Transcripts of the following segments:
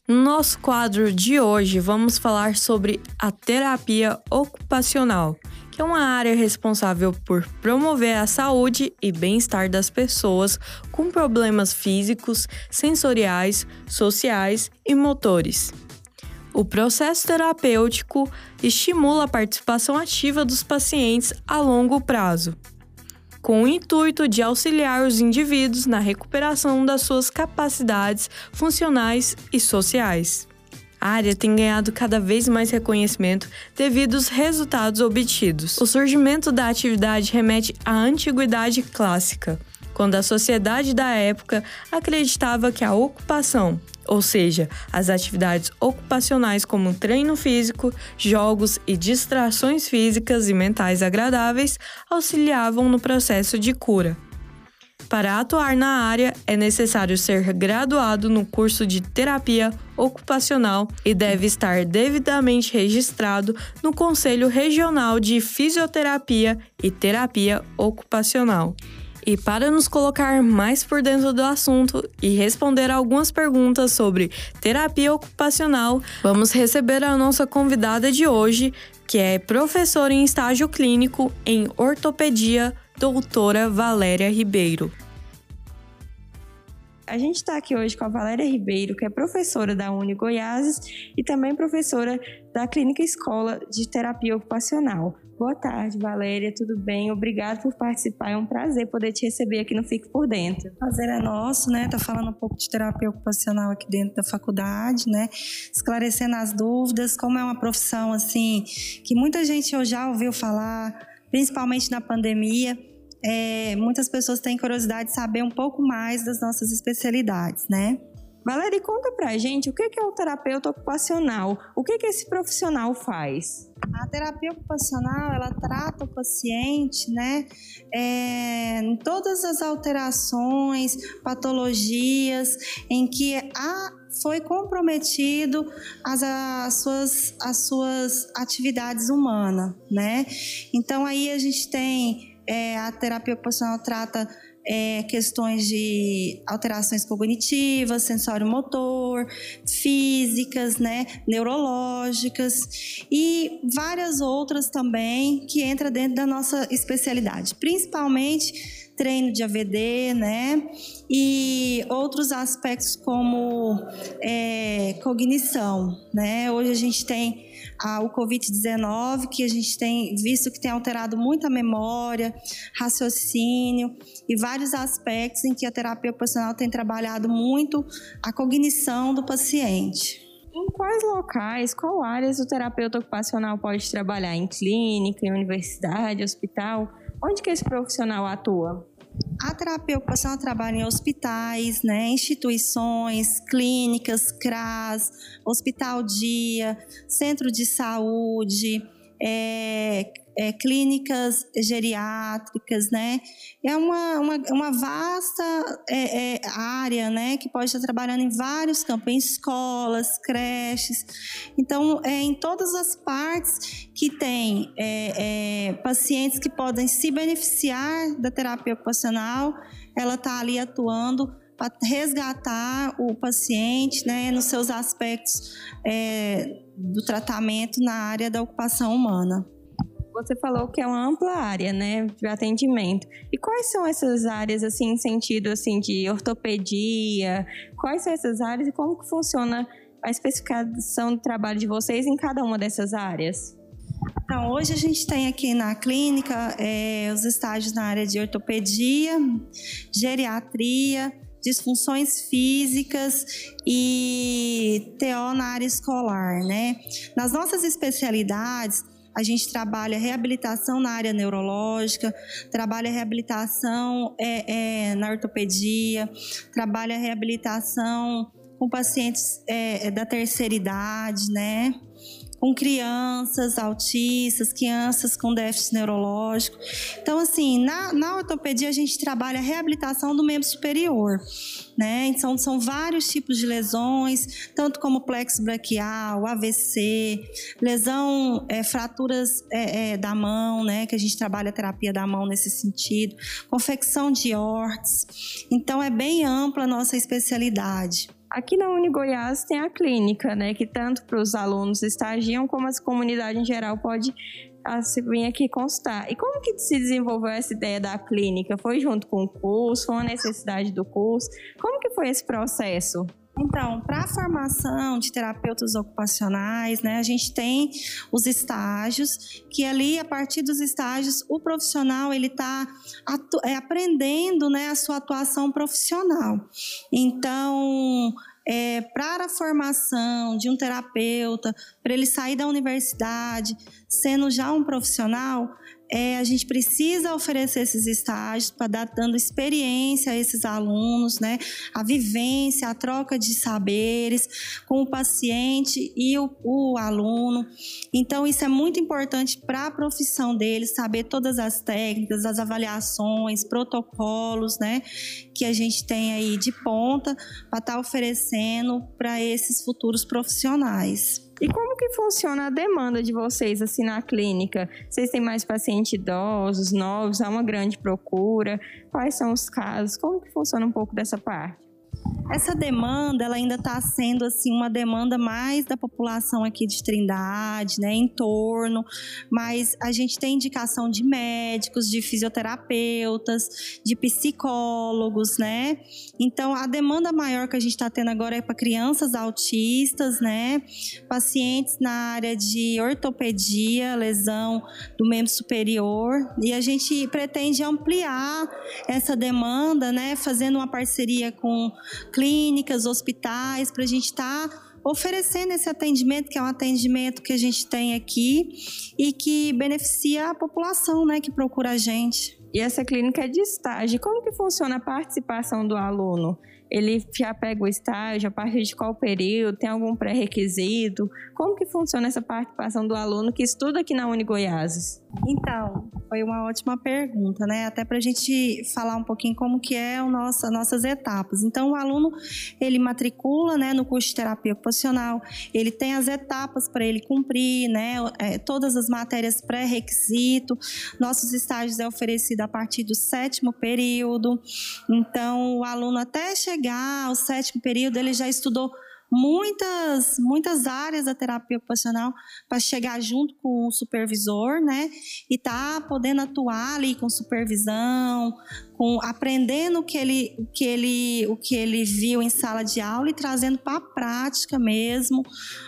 No nosso quadro de hoje, vamos falar sobre a terapia ocupacional, que é uma área responsável por promover a saúde e bem-estar das pessoas com problemas físicos, sensoriais, sociais e motores. O processo terapêutico estimula a participação ativa dos pacientes a longo prazo, com o intuito de auxiliar os indivíduos na recuperação das suas capacidades funcionais e sociais. A área tem ganhado cada vez mais reconhecimento devido aos resultados obtidos. O surgimento da atividade remete à antiguidade clássica, quando a sociedade da época acreditava que a ocupação, ou seja, as atividades ocupacionais como treino físico, jogos e distrações físicas e mentais agradáveis, auxiliavam no processo de cura. Para atuar na área, é necessário ser graduado no curso de terapia ocupacional e deve estar devidamente registrado no Conselho Regional de Fisioterapia e Terapia Ocupacional. E para nos colocar mais por dentro do assunto e responder algumas perguntas sobre terapia ocupacional, vamos receber a nossa convidada de hoje, que é professora em estágio clínico em ortopedia, doutora Valéria Ribeiro. A gente está aqui hoje com a Valéria Ribeiro, que é professora da Uni Goiás e também professora da Clínica Escola de Terapia Ocupacional. Boa tarde, Valéria, tudo bem? Obrigada por participar, é um prazer poder te receber aqui no Fique por Dentro. O prazer é nosso, né? Tá falando um pouco de terapia ocupacional aqui dentro da faculdade, né? Esclarecendo as dúvidas, como é uma profissão, assim, que muita gente já ouviu falar, principalmente na pandemia. Muitas pessoas têm curiosidade de saber um pouco mais das nossas especialidades, né? Valéria, conta pra gente o que é o terapeuta ocupacional, o que esse profissional faz? A terapia ocupacional, ela trata o paciente, né, em todas as alterações, patologias em que foi comprometido as suas atividades humanas, né? Então aí a gente tem a terapia ocupacional trata questões de alterações cognitivas, sensório-motor, físicas, né, neurológicas e várias outras também que entram dentro da nossa especialidade, principalmente treino de AVD, né, e outros aspectos como cognição, né. Hoje a gente tem o Covid-19, que a gente tem visto que tem alterado muito a memória, raciocínio e vários aspectos em que a terapia ocupacional tem trabalhado muito a cognição do paciente. Em quais locais, qual áreas o terapeuta ocupacional pode trabalhar? Em clínica, em universidade, hospital? Onde que esse profissional atua? A terapia ocupacional trabalha em hospitais, né, instituições, clínicas, CRAS, hospital dia, centro de saúde, clínicas geriátricas, né? É uma vasta área, né, que pode estar trabalhando em vários campos, em escolas, creches. Então, em todas as partes que tem pacientes que podem se beneficiar da terapia ocupacional, ela está ali atuando para resgatar o paciente, né, nos seus aspectos do tratamento na área da ocupação humana. Você falou que é uma ampla área, né, de atendimento. E quais são essas áreas, assim, em sentido, assim, de ortopedia? Quais são essas áreas e como que funciona a especificação do trabalho de vocês em cada uma dessas áreas? Então, hoje a gente tem aqui na clínica os estágios na área de ortopedia, geriatria, disfunções físicas e TO na área escolar, né? Nas nossas especialidades, a gente trabalha reabilitação na área neurológica, trabalha reabilitação na ortopedia, trabalha reabilitação com pacientes da terceira idade, né? Com crianças autistas, crianças com déficit neurológico. Então, assim, na ortopedia a gente trabalha a reabilitação do membro superior, né? Então, são vários tipos de lesões, tanto como plexo braquial, AVC, lesão, fraturas da mão, né? Que a gente trabalha a terapia da mão nesse sentido, confecção de órteses. Então, é bem ampla a nossa especialidade. Aqui na UniGoiás tem a clínica, né, que tanto para os alunos estagiam como a comunidade em geral pode vir aqui constar. E como que se desenvolveu essa ideia da clínica? Foi junto com o curso? Foi uma necessidade do curso? Como que foi esse processo? Então, para a formação de terapeutas ocupacionais, né, a gente tem os estágios, que ali, a partir dos estágios, o profissional ele está aprendendo, né, a sua atuação profissional. Então, para a formação de um terapeuta, para ele sair da universidade, sendo já um profissional, a gente precisa oferecer esses estágios para dando experiência a esses alunos, né? A vivência, a troca de saberes com o paciente e o aluno. Então, isso é muito importante para a profissão deles, saber todas as técnicas, as avaliações, protocolos, né? Que a gente tem aí de ponta para estar oferecendo para esses futuros profissionais. E como que funciona a demanda de vocês assim na clínica? Vocês têm mais pacientes idosos, novos? Há uma grande procura? Quais são os casos? Como que funciona um pouco dessa parte? Essa demanda, ela ainda está sendo assim uma demanda mais da população aqui de Trindade, né, em torno, mas a gente tem indicação de médicos, de fisioterapeutas, de psicólogos, né? Então, a demanda maior que a gente está tendo agora é para crianças autistas, né? Pacientes na área de ortopedia, lesão do membro superior, e a gente pretende ampliar essa demanda, né, fazendo uma parceria com clínicas, hospitais, para a gente estar oferecendo esse atendimento, que é um atendimento que a gente tem aqui e que beneficia a população, né, que procura a gente. E essa clínica é de estágio. Como que funciona a participação do aluno? Ele já pega o estágio, a partir de qual período? Tem algum pré-requisito? Como que funciona essa participação do aluno que estuda aqui na UniGoiás? Então, foi uma ótima pergunta, né? Até para a gente falar um pouquinho como que é as nossas etapas. Então, o aluno, ele matricula, né, no curso de terapia ocupacional, ele tem as etapas para ele cumprir, né? Todas as matérias pré-requisito. Nossos estágios é oferecido a partir do 7º período. Então, o aluno até chegar ao 7º período, ele já estudou muitas áreas da terapia ocupacional para chegar junto com o supervisor, né? E tá podendo atuar ali com supervisão, aprendendo o que ele viu em sala de aula e trazendo para a prática mesmo,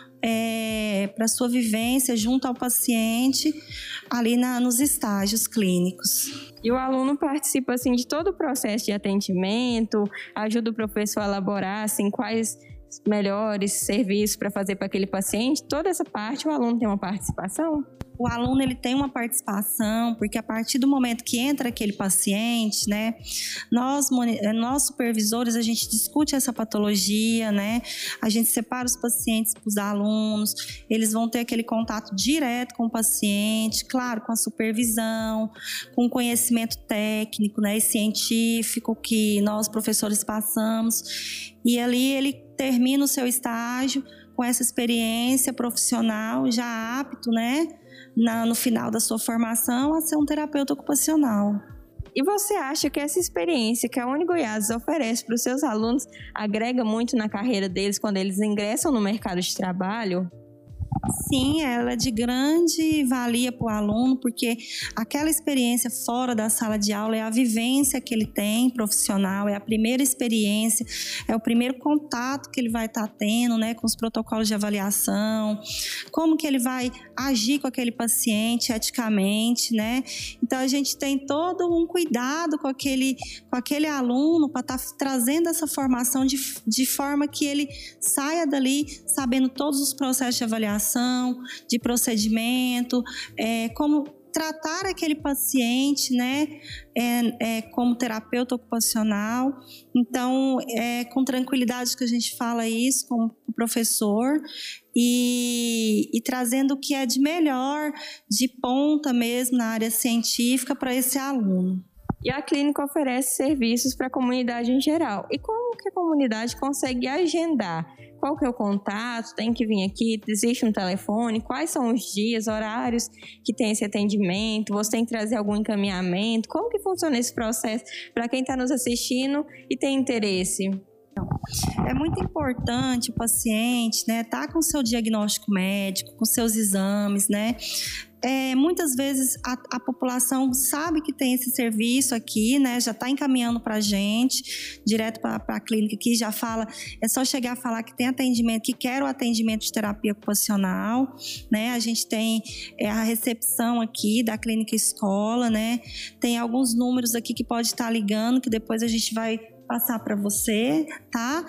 para sua vivência junto ao paciente ali nos estágios clínicos. E o aluno participa assim de todo o processo de atendimento, ajuda o professor a elaborar assim quais melhores serviços para fazer para aquele paciente. É essa parte o aluno tem uma participação? O aluno ele tem uma participação, porque a partir do momento que entra aquele paciente, né, nós supervisores, a gente discute essa patologia, né, a gente separa os pacientes para os alunos, eles vão ter aquele contato direto com o paciente, claro, com a supervisão, com o conhecimento técnico, né, e científico que nós professores passamos, e ali ele termina o seu estágio com essa experiência profissional já apto, né, no final da sua formação a ser um terapeuta ocupacional. E você acha que essa experiência que a UniGoiás oferece para os seus alunos agrega muito na carreira deles quando eles ingressam no mercado de trabalho? Sim, ela é de grande valia para o aluno, porque aquela experiência fora da sala de aula é a vivência que ele tem profissional, é a primeira experiência, é o primeiro contato que ele vai estar tendo, né, com os protocolos de avaliação, como que ele vai agir com aquele paciente eticamente, né? Então a gente tem todo um cuidado com aquele aluno para estar trazendo essa formação de forma que ele saia dali sabendo todos os processos de avaliação, de procedimento, como tratar aquele paciente, né, como terapeuta ocupacional. Então, com tranquilidade que a gente fala isso com o professor e trazendo o que é de melhor, de ponta mesmo na área científica para esse aluno. E a clínica oferece serviços para a comunidade em geral. E como que a comunidade consegue agendar? Qual que é o contato? Tem que vir aqui? Existe um telefone? Quais são os dias, horários que tem esse atendimento? Você tem que trazer algum encaminhamento? Como que funciona esse processo para quem está nos assistindo e tem interesse? É muito importante o paciente, né, tá com o seu diagnóstico médico, com seus exames, né? Muitas vezes a população sabe que tem esse serviço aqui, né? Já está encaminhando para a gente, direto para a clínica aqui, já fala, é só chegar a falar que tem atendimento, que quer o atendimento de terapia ocupacional, né? A gente tem a recepção aqui da clínica escola, né? Tem alguns números aqui que pode estar ligando, que depois a gente vai passar para você, tá?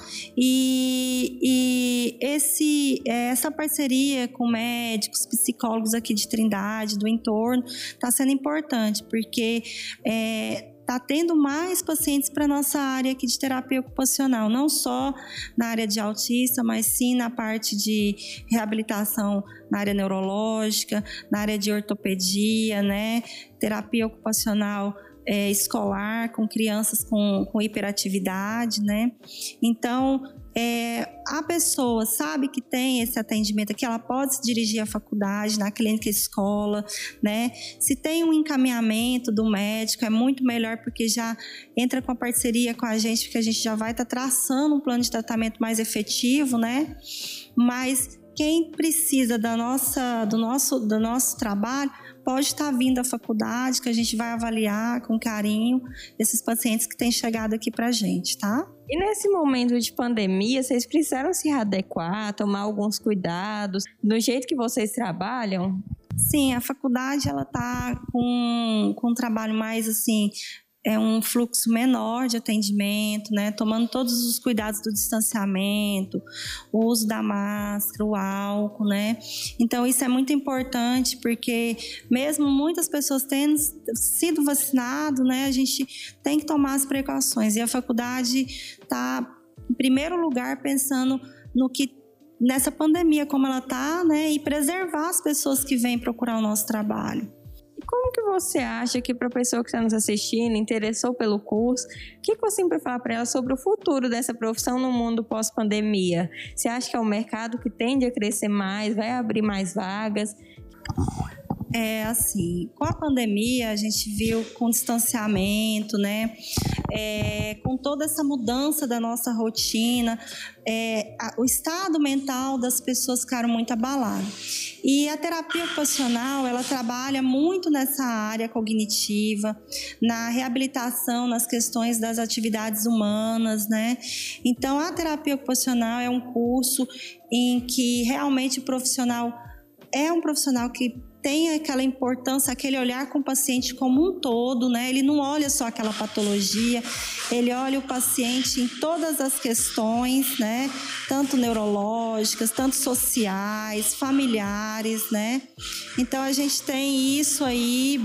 E essa parceria com médicos, psicólogos aqui de Trindade, do entorno, está sendo importante, porque está tendo mais pacientes para a nossa área aqui de terapia ocupacional, não só na área de autista, mas sim na parte de reabilitação na área neurológica, na área de ortopedia, né? Terapia ocupacional escolar, com crianças com hiperatividade, né? Então, a pessoa sabe que tem esse atendimento aqui, ela pode se dirigir à faculdade, na clínica escola, né? Se tem um encaminhamento do médico, é muito melhor, porque já entra com a parceria com a gente, porque a gente já vai estar traçando um plano de tratamento mais efetivo, né? Mas quem precisa do nosso trabalho pode estar vindo à faculdade, que a gente vai avaliar com carinho esses pacientes que têm chegado aqui para a gente, tá? E nesse momento de pandemia, vocês precisaram se adequar, tomar alguns cuidados do jeito que vocês trabalham? Sim, a faculdade ela está com um trabalho mais assim, um fluxo menor de atendimento, né? Tomando todos os cuidados do distanciamento, o uso da máscara, o álcool, né? Então, isso é muito importante, porque mesmo muitas pessoas tendo sido vacinado, né? A gente tem que tomar as precauções. E a faculdade está, em primeiro lugar, pensando no que nessa pandemia, como ela está, né? E preservar as pessoas que vêm procurar o nosso trabalho. Como que você acha que, para a pessoa que está nos assistindo, interessou pelo curso, o que você sempre fala para ela sobre o futuro dessa profissão no mundo pós-pandemia? Você acha que é um mercado que tende a crescer mais, vai abrir mais vagas? Assim, com a pandemia a gente viu com distanciamento, né? Com toda essa mudança da nossa rotina, o estado mental das pessoas ficaram muito abalado. E a terapia ocupacional, ela trabalha muito nessa área cognitiva, na reabilitação, nas questões das atividades humanas, né? Então, a terapia ocupacional é um curso em que realmente o profissional é um profissional que tem aquela importância, aquele olhar com o paciente como um todo, né? Ele não olha só aquela patologia, ele olha o paciente em todas as questões, né? Tanto neurológicas, tanto sociais, familiares, né? Então, a gente tem isso aí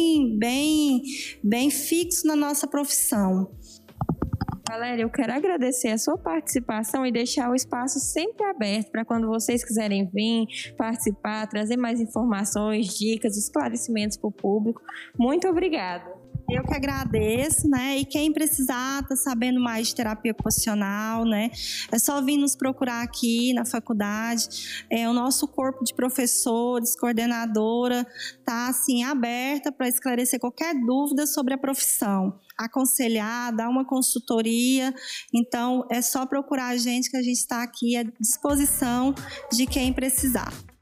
bem fixo na nossa profissão. Valéria, eu quero agradecer a sua participação e deixar o espaço sempre aberto para quando vocês quiserem vir participar, trazer mais informações, dicas, esclarecimentos para o público. Muito obrigada. Eu que agradeço, né? E quem precisar, tá sabendo mais de terapia ocupacional, né? É só vir nos procurar aqui na faculdade. O nosso corpo de professores, coordenadora, tá assim aberta para esclarecer qualquer dúvida sobre a profissão, aconselhar, dar uma consultoria. Então, é só procurar a gente, que a gente está aqui à disposição de quem precisar.